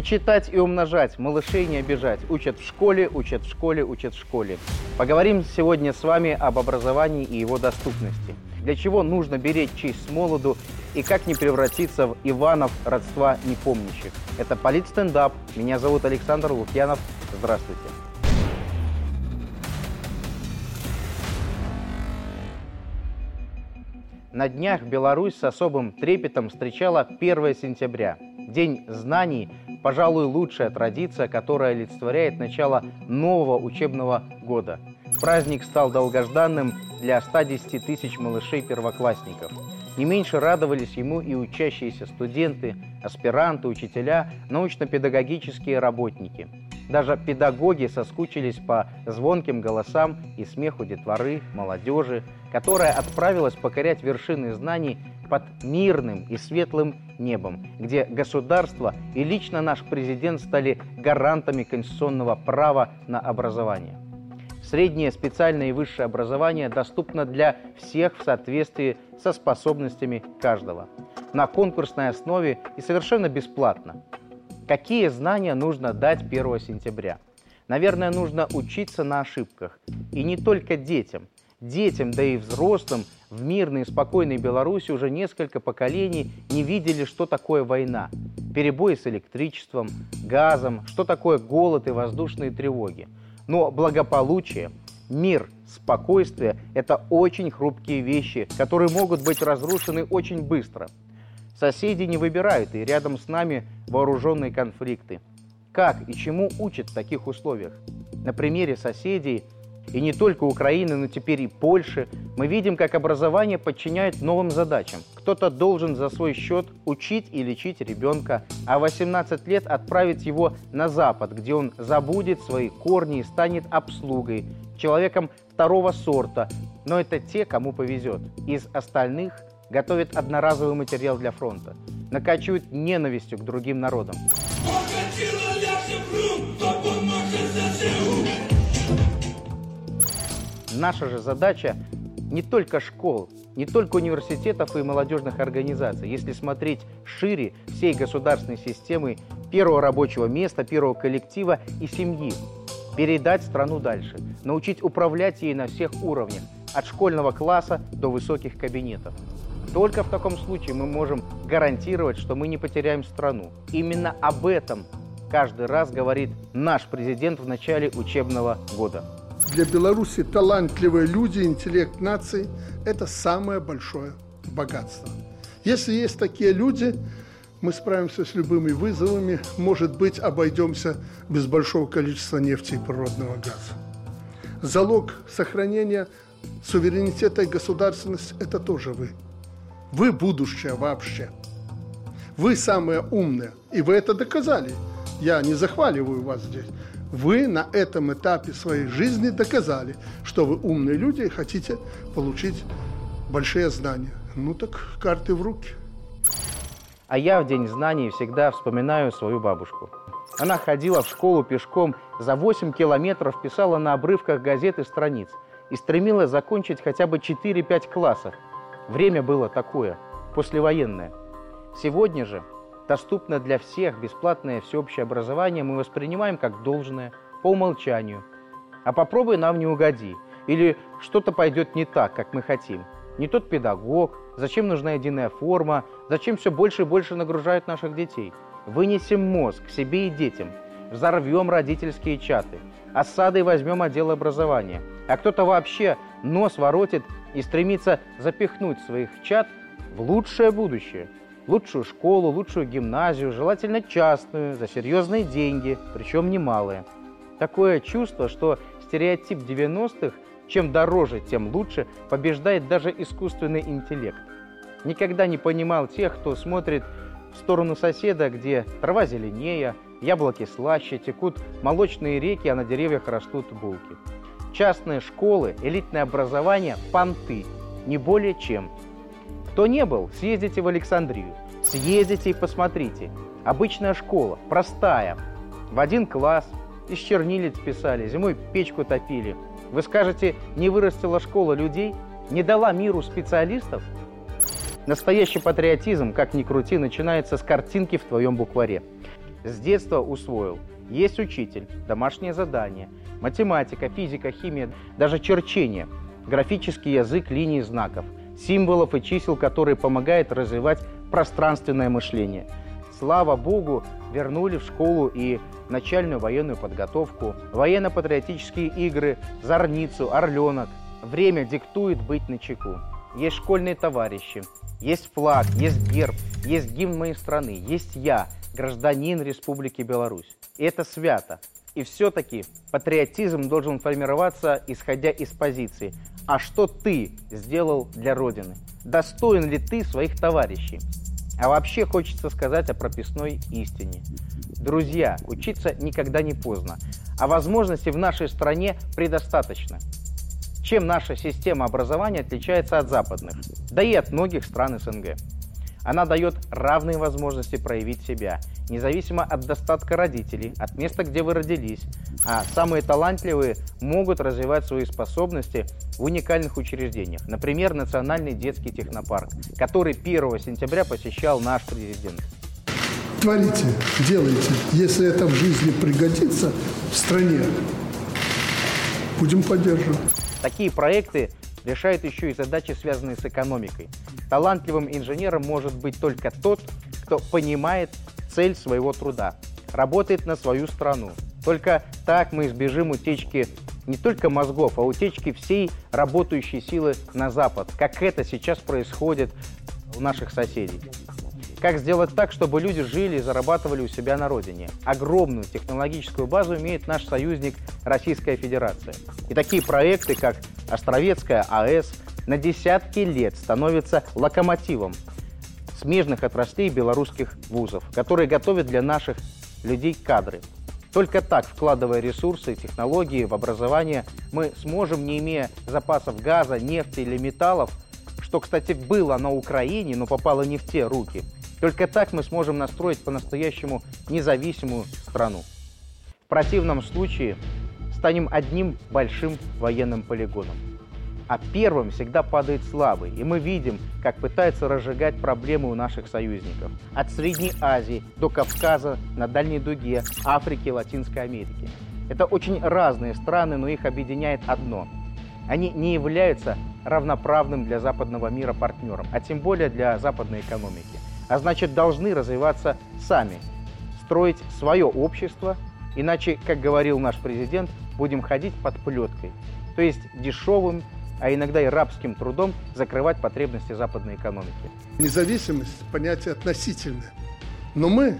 читать и умножать, малышей не обижать. Учат в школе, учат в школе, учат в школе. Поговорим сегодня с вами об образовании и его доступности. Для чего нужно беречь честь с молоду и как не превратиться в Иванов родства непомнящих. Это Политстендап. Меня зовут Александр Лукьянов. Здравствуйте. На днях Беларусь с особым трепетом встречала 1 сентября. День знаний, пожалуй, лучшая традиция, которая олицетворяет начало нового учебного года. Праздник стал долгожданным для 110 тысяч малышей-первоклассников. Не меньше радовались ему и учащиеся студенты, аспиранты, учителя, научно-педагогические работники. Даже педагоги соскучились по звонким голосам и смеху детворы, молодежи, которая отправилась покорять вершины знаний под мирным и светлым небом, где государство и лично наш президент стали гарантами конституционного права на образование. Среднее, специальное и высшее образование доступно для всех в соответствии со способностями каждого, на конкурсной основе и совершенно бесплатно. Какие знания нужно дать 1 сентября? Наверное, нужно учиться на ошибках. И не только детям. Детям, да и взрослым в мирной и спокойной Беларуси уже несколько поколений не видели, что такое война, перебои с электричеством, газом, что такое голод и воздушные тревоги. Но благополучие, мир, спокойствие – это очень хрупкие вещи, которые могут быть разрушены очень быстро. Соседи не выбирают, и рядом с нами вооруженные конфликты. Как и чему учат в таких условиях? На примере соседей, и не только Украины, но теперь и Польши, мы видим, как образование подчиняет новым задачам. Кто-то должен за свой счет учить и лечить ребенка, а в 18 лет отправить его на Запад, где он забудет свои корни и станет обслугой, человеком второго сорта. Но это те, кому повезет. Из остальных готовят одноразовый материал для фронта, накачивают ненавистью к другим народам. Наша же задача не только школ, не только университетов и молодежных организаций. Если смотреть шире всей государственной системы, первого рабочего места, первого коллектива и семьи, передать страну дальше, научить управлять ей на всех уровнях, от школьного класса до высоких кабинетов. Только в таком случае мы можем гарантировать, что мы не потеряем страну. Именно об этом каждый раз говорит наш президент в начале учебного года. Для Беларуси талантливые люди, интеллект нации – это самое большое богатство. Если есть такие люди, мы справимся с любыми вызовами, может быть, обойдемся без большого количества нефти и природного газа. Залог сохранения суверенитета и государственности – это тоже вы. Вы будущее вообще. Вы самые умные, и вы это доказали. Я не захваливаю вас здесь. Вы на этом этапе своей жизни доказали, что вы умные люди и хотите получить большие знания. Ну так карты в руки. А я в День знаний всегда вспоминаю свою бабушку. Она ходила в школу пешком, за 8 километров писала на обрывках газет и страниц и стремилась закончить хотя бы 4-5 классов. Время было такое, послевоенное. Сегодня же доступно для всех бесплатное всеобщее образование мы воспринимаем как должное, по умолчанию. А попробуй нам не угоди, или что-то пойдет не так, как мы хотим. Не тот педагог, зачем нужна единая форма, зачем все больше и больше нагружают наших детей. Вынесем мозг себе и детям, взорвем родительские чаты, осадой возьмем отдел образования, а кто-то вообще нос воротит и стремится запихнуть своих чад в лучшее будущее. Лучшую школу, лучшую гимназию, желательно частную, за серьезные деньги, причем немалые. Такое чувство, что стереотип 90-х «чем дороже, тем лучше» побеждает даже искусственный интеллект. Никогда не понимал тех, кто смотрит в сторону соседа, где трава зеленее, яблоки слаще, текут молочные реки, а на деревьях растут булки. Частные школы, элитное образование – понты, не более чем. Кто не был, съездите в Александрию, съездите и посмотрите. Обычная школа, простая, в один класс, из чернилиц писали, зимой печку топили. Вы скажете, не вырастила школа людей, не дала миру специалистов? Настоящий патриотизм, как ни крути, начинается с картинки в твоем букваре. С детства усвоил. Есть учитель, домашнее задание, математика, физика, химия, даже черчение, графический язык линий знаков, символов и чисел, которые помогают развивать пространственное мышление. Слава Богу, вернули в школу и начальную военную подготовку, военно-патриотические игры, зорницу, орленок. Время диктует быть начеку. Есть школьные товарищи, есть флаг, есть герб, есть гимн моей страны, есть я, гражданин Республики Беларусь. И это свято. И все-таки патриотизм должен формироваться, исходя из позиции. А что ты сделал для Родины? Достоин ли ты своих товарищей? А вообще хочется сказать о прописной истине. Друзья, учиться никогда не поздно, а возможностей в нашей стране предостаточно. Чем наша система образования отличается от западных, да и от многих стран СНГ? Она дает равные возможности проявить себя, независимо от достатка родителей, от места, где вы родились. А самые талантливые могут развивать свои способности в уникальных учреждениях. Например, Национальный детский технопарк, который 1 сентября посещал наш президент. Творите, делайте. Если это в жизни пригодится в стране, будем поддерживать. Такие проекты решают еще и задачи, связанные с экономикой. Талантливым инженером может быть только тот, кто понимает цель своего труда, работает на свою страну. Только так мы избежим утечки не только мозгов, а утечки всей работающей силы на Запад, как это сейчас происходит у наших соседей. Как сделать так, чтобы люди жили и зарабатывали у себя на родине? Огромную технологическую базу имеет наш союзник Российская Федерация. И такие проекты, как Островецкая АЭС, на десятки лет становятся локомотивом смежных отраслей белорусских вузов, которые готовят для наших людей кадры. Только так, вкладывая ресурсы и технологии в образование, мы сможем, не имея запасов газа, нефти или металлов, что, кстати, было на Украине, но попало не в те руки, только так мы сможем настроить по-настоящему независимую страну. В противном случае станем одним большим военным полигоном. А первым всегда падает слабый, и мы видим, как пытаются разжигать проблемы у наших союзников. От Средней Азии до Кавказа, на Дальней Дуге, Африки, Латинской Америки. Это очень разные страны, но их объединяет одно. Они не являются равноправным для западного мира партнером, а тем более для западной экономики. А значит, должны развиваться сами, строить свое общество, иначе, как говорил наш президент, будем ходить под плеткой, то есть дешевым, а иногда и рабским трудом закрывать потребности западной экономики. Независимость – понятие относительное, но мы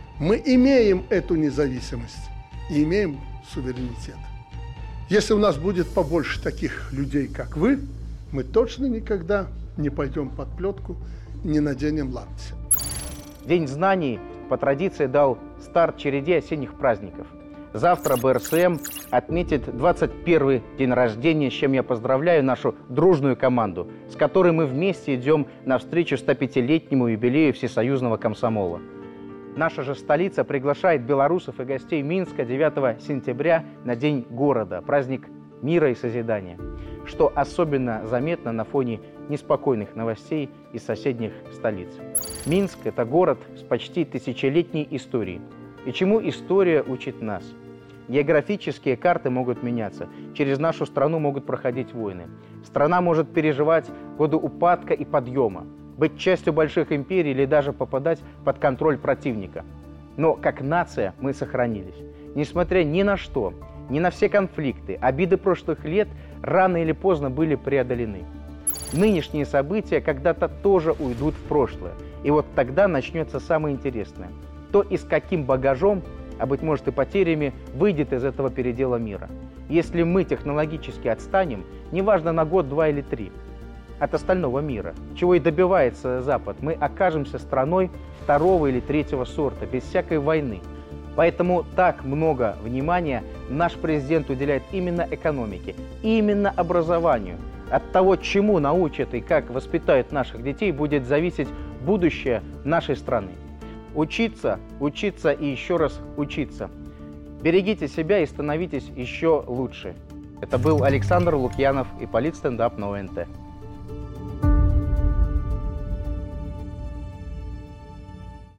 имеем эту независимость и имеем суверенитет. Если у нас будет побольше таких людей, как вы, мы точно никогда не пойдем под плетку, не наденем лапти. День знаний по традиции дал старт череде осенних праздников. Завтра БРСМ отметит 21-й день рождения, с чем я поздравляю нашу дружную команду, с которой мы вместе идем навстречу 105-летнему юбилею Всесоюзного комсомола. Наша же столица приглашает белорусов и гостей Минска 9 сентября на День города, праздник мира и созидания, что особенно заметно на фоне неспокойных новостей из соседних столиц. Минск – это город с почти тысячелетней историей. И чему история учит нас? Географические карты могут меняться, через нашу страну могут проходить войны. Страна может переживать годы упадка и подъема, быть частью больших империй или даже попадать под контроль противника. Но как нация мы сохранились. Несмотря ни на что, ни на все конфликты, обиды прошлых лет рано или поздно были преодолены. Нынешние события когда-то тоже уйдут в прошлое. И вот тогда начнется самое интересное. То, и с каким багажом, а быть может и потерями, выйдет из этого передела мира. Если мы технологически отстанем, неважно на год, 2 или 3, от остального мира, чего и добивается Запад, мы окажемся страной 2-го или 3-го сорта, без всякой войны. Поэтому так много внимания наш президент уделяет именно экономике, именно образованию. От того, чему научат и как воспитают наших детей, будет зависеть будущее нашей страны. Учиться, учиться и еще раз учиться. Берегите себя и становитесь еще лучше. Это был Александр Лукьянов и Политстендап на ОНТ.